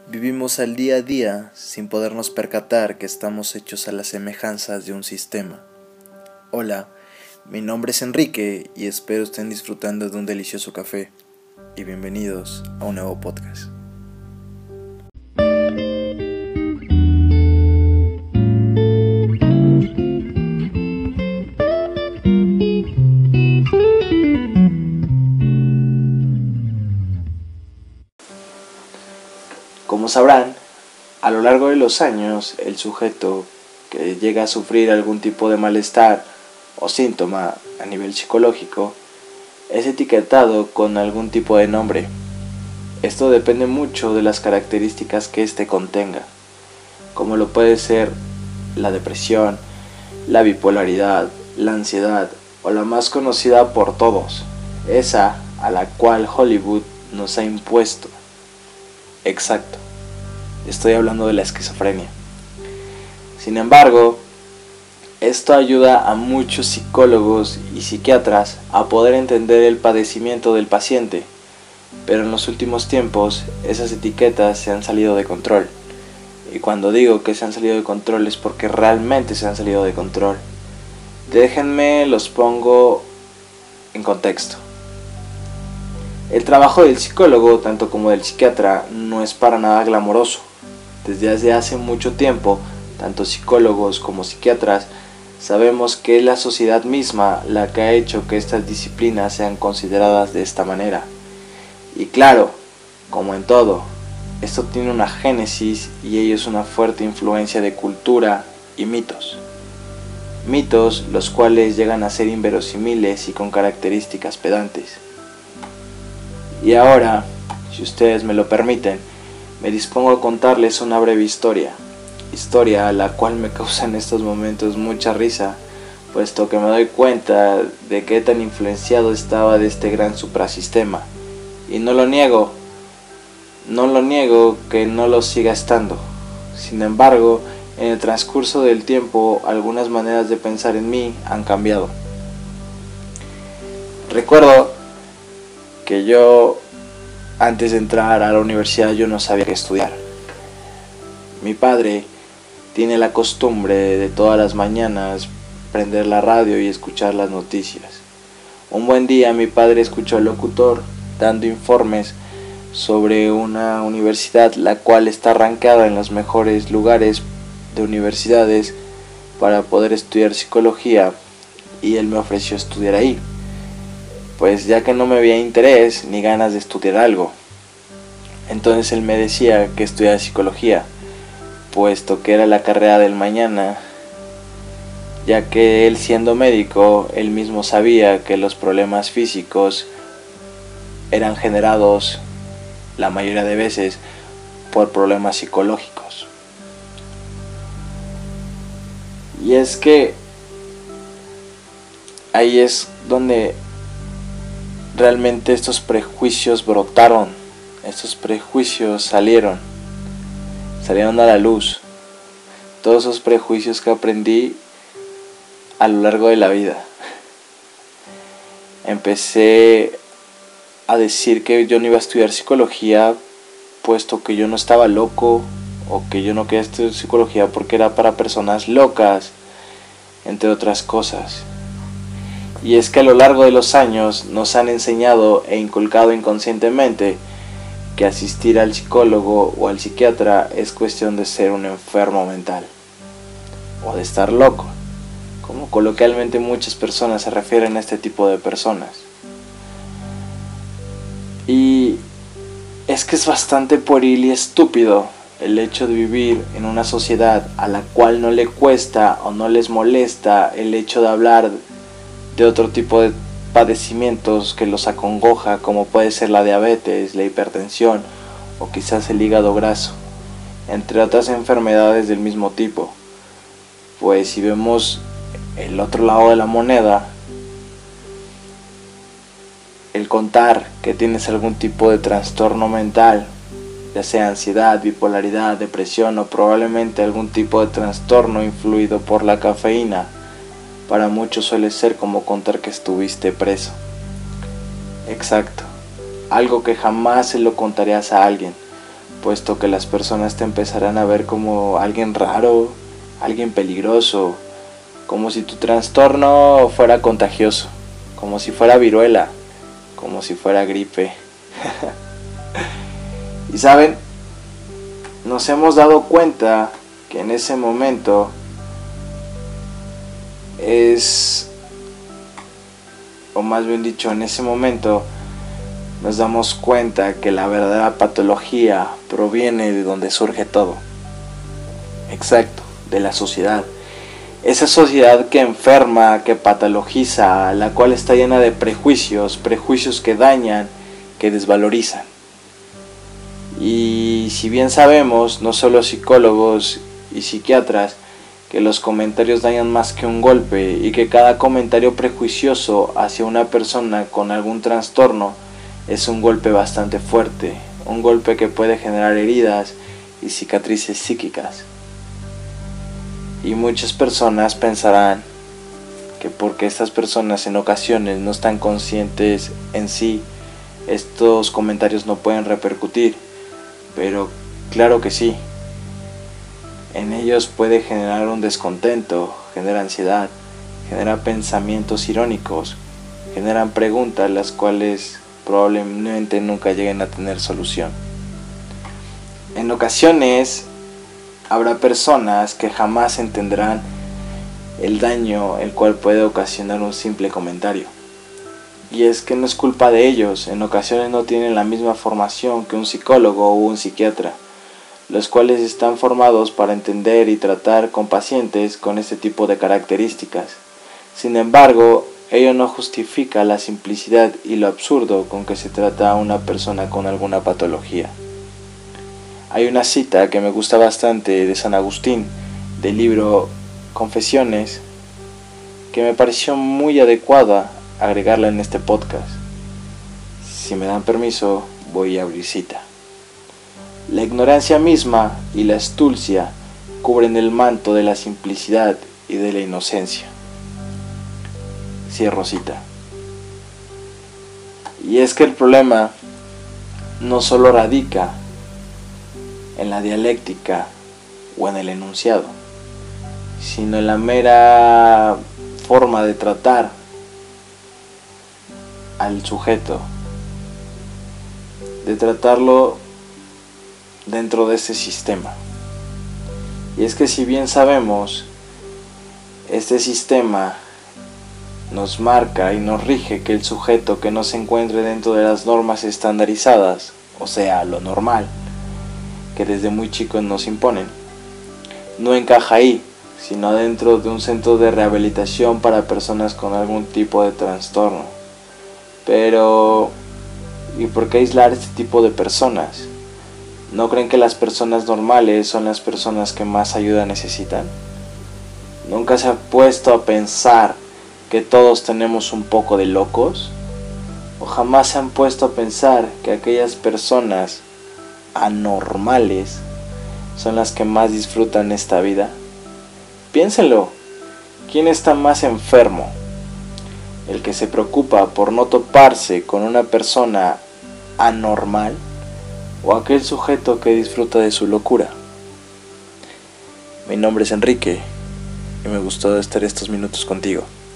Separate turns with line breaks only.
Vivimos al día a día sin podernos percatar que estamos hechos a las semejanzas de un sistema. Hola, mi nombre es Enrique y espero estén disfrutando de un delicioso café. Y bienvenidos a un nuevo podcast. Como sabrán, a lo largo de los años, el sujeto que llega a sufrir algún tipo de malestar o síntoma a nivel psicológico es etiquetado con algún tipo de nombre. Esto depende mucho de las características que éste contenga, como lo puede ser la depresión, la bipolaridad, la ansiedad o la más conocida por todos, esa a la cual Hollywood nos ha impuesto. Exacto. Estoy hablando de la esquizofrenia. Sin embargo, esto ayuda a muchos psicólogos y psiquiatras a poder entender el padecimiento del paciente, pero en los últimos tiempos esas etiquetas se han salido de control. Y cuando digo que se han salido de control es porque realmente se han salido de control. Déjenme los pongo en contexto. El trabajo del psicólogo, tanto como del psiquiatra, no es para nada glamoroso. Desde hace mucho tiempo, tanto psicólogos como psiquiatras sabemos que es la sociedad misma la que ha hecho que estas disciplinas sean consideradas de esta manera. Y claro, como en todo, esto tiene una génesis y ello es una fuerte influencia de cultura y mitos. Mitos los cuales llegan a ser inverosímiles y con características pedantes. Y ahora, si ustedes me lo permiten, me dispongo a contarles una breve historia a la cual me causa en estos momentos mucha risa, puesto que me doy cuenta de qué tan influenciado estaba de este gran suprasistema, y no lo niego que no lo siga estando. Sin embargo, en el transcurso del tiempo, algunas maneras de pensar en mí han cambiado. Recuerdo que yo, antes de entrar a la universidad, yo no sabía qué estudiar. Mi padre tiene la costumbre de todas las mañanas prender la radio y escuchar las noticias. Un buen día mi padre escuchó al locutor dando informes sobre una universidad la cual está rankada en los mejores lugares de universidades para poder estudiar psicología, y él me ofreció estudiar ahí, pues ya que no me había interés ni ganas de estudiar algo. Entonces él me decía que estudiara psicología, puesto que era la carrera del mañana, ya que él, siendo médico, él mismo sabía que los problemas físicos eran generados la mayoría de veces por problemas psicológicos. Y es que ahí es donde realmente estos prejuicios brotaron, estos prejuicios salieron a la luz. Todos esos prejuicios que aprendí a lo largo de la vida. Empecé a decir que yo no iba a estudiar psicología, puesto que yo no estaba loco, o que yo no quería estudiar psicología porque era para personas locas, entre otras cosas. Y es que a lo largo de los años nos han enseñado e inculcado inconscientemente que asistir al psicólogo o al psiquiatra es cuestión de ser un enfermo mental, o de estar loco, como coloquialmente muchas personas se refieren a este tipo de personas. Y es que es bastante pueril y estúpido el hecho de vivir en una sociedad a la cual no le cuesta o no les molesta el hecho de hablar de otro tipo de padecimientos que los acongoja, como puede ser la diabetes, la hipertensión o quizás el hígado graso, entre otras enfermedades del mismo tipo. Pues si vemos el otro lado de la moneda, el contar que tienes algún tipo de trastorno mental, ya sea ansiedad, bipolaridad, depresión o probablemente algún tipo de trastorno influido por la cafeína, para muchos suele ser como contar que estuviste preso. Exacto, algo que jamás se lo contarías a alguien, puesto que las personas te empezarán a ver como alguien raro, alguien peligroso, como si tu trastorno fuera contagioso, como si fuera viruela, como si fuera gripe. Y saben, nos hemos dado cuenta que en ese momento o más bien dicho, en ese momento nos damos cuenta que la verdadera patología proviene de donde surge todo. Exacto, de la sociedad. Esa sociedad que enferma, que patologiza, la cual está llena de prejuicios que dañan, que desvalorizan. Y si bien sabemos, no solo psicólogos y psiquiatras, que los comentarios dañan más que un golpe y que cada comentario prejuicioso hacia una persona con algún trastorno es un golpe bastante fuerte, un golpe que puede generar heridas y cicatrices psíquicas. Y muchas personas pensarán que porque estas personas en ocasiones no están conscientes en sí, estos comentarios no pueden repercutir, pero claro que sí. En ellos puede generar un descontento, genera ansiedad, genera pensamientos irónicos, generan preguntas las cuales probablemente nunca lleguen a tener solución. En ocasiones habrá personas que jamás entenderán el daño el cual puede ocasionar un simple comentario. Y es que no es culpa de ellos, en ocasiones no tienen la misma formación que un psicólogo o un psiquiatra, los cuales están formados para entender y tratar con pacientes con este tipo de características. Sin embargo, ello no justifica la simplicidad y lo absurdo con que se trata a una persona con alguna patología. Hay una cita que me gusta bastante de San Agustín, del libro Confesiones, que me pareció muy adecuada agregarla en este podcast. Si me dan permiso, voy a abrir cita. La ignorancia misma y la astucia cubren el manto de la simplicidad y de la inocencia. Cierro cita. Y es que el problema no solo radica en la dialéctica o en el enunciado, sino en la mera forma de tratar al sujeto, de tratarlo dentro de este sistema. Y es que si bien sabemos, este sistema nos marca y nos rige que el sujeto que no se encuentre dentro de las normas estandarizadas, o sea, lo normal, que desde muy chicos nos imponen, no encaja ahí, sino dentro de un centro de rehabilitación para personas con algún tipo de trastorno. Pero, ¿y por qué aislar este tipo de personas? ¿No creen que las personas normales son las personas que más ayuda necesitan? ¿Nunca se ha puesto a pensar que todos tenemos un poco de locos? ¿O jamás se han puesto a pensar que aquellas personas anormales son las que más disfrutan esta vida? Piénsenlo, ¿quién está más enfermo? ¿El que se preocupa por no toparse con una persona anormal? ¿O aquel sujeto que disfruta de su locura? Mi nombre es Enrique y me gustó estar estos minutos contigo.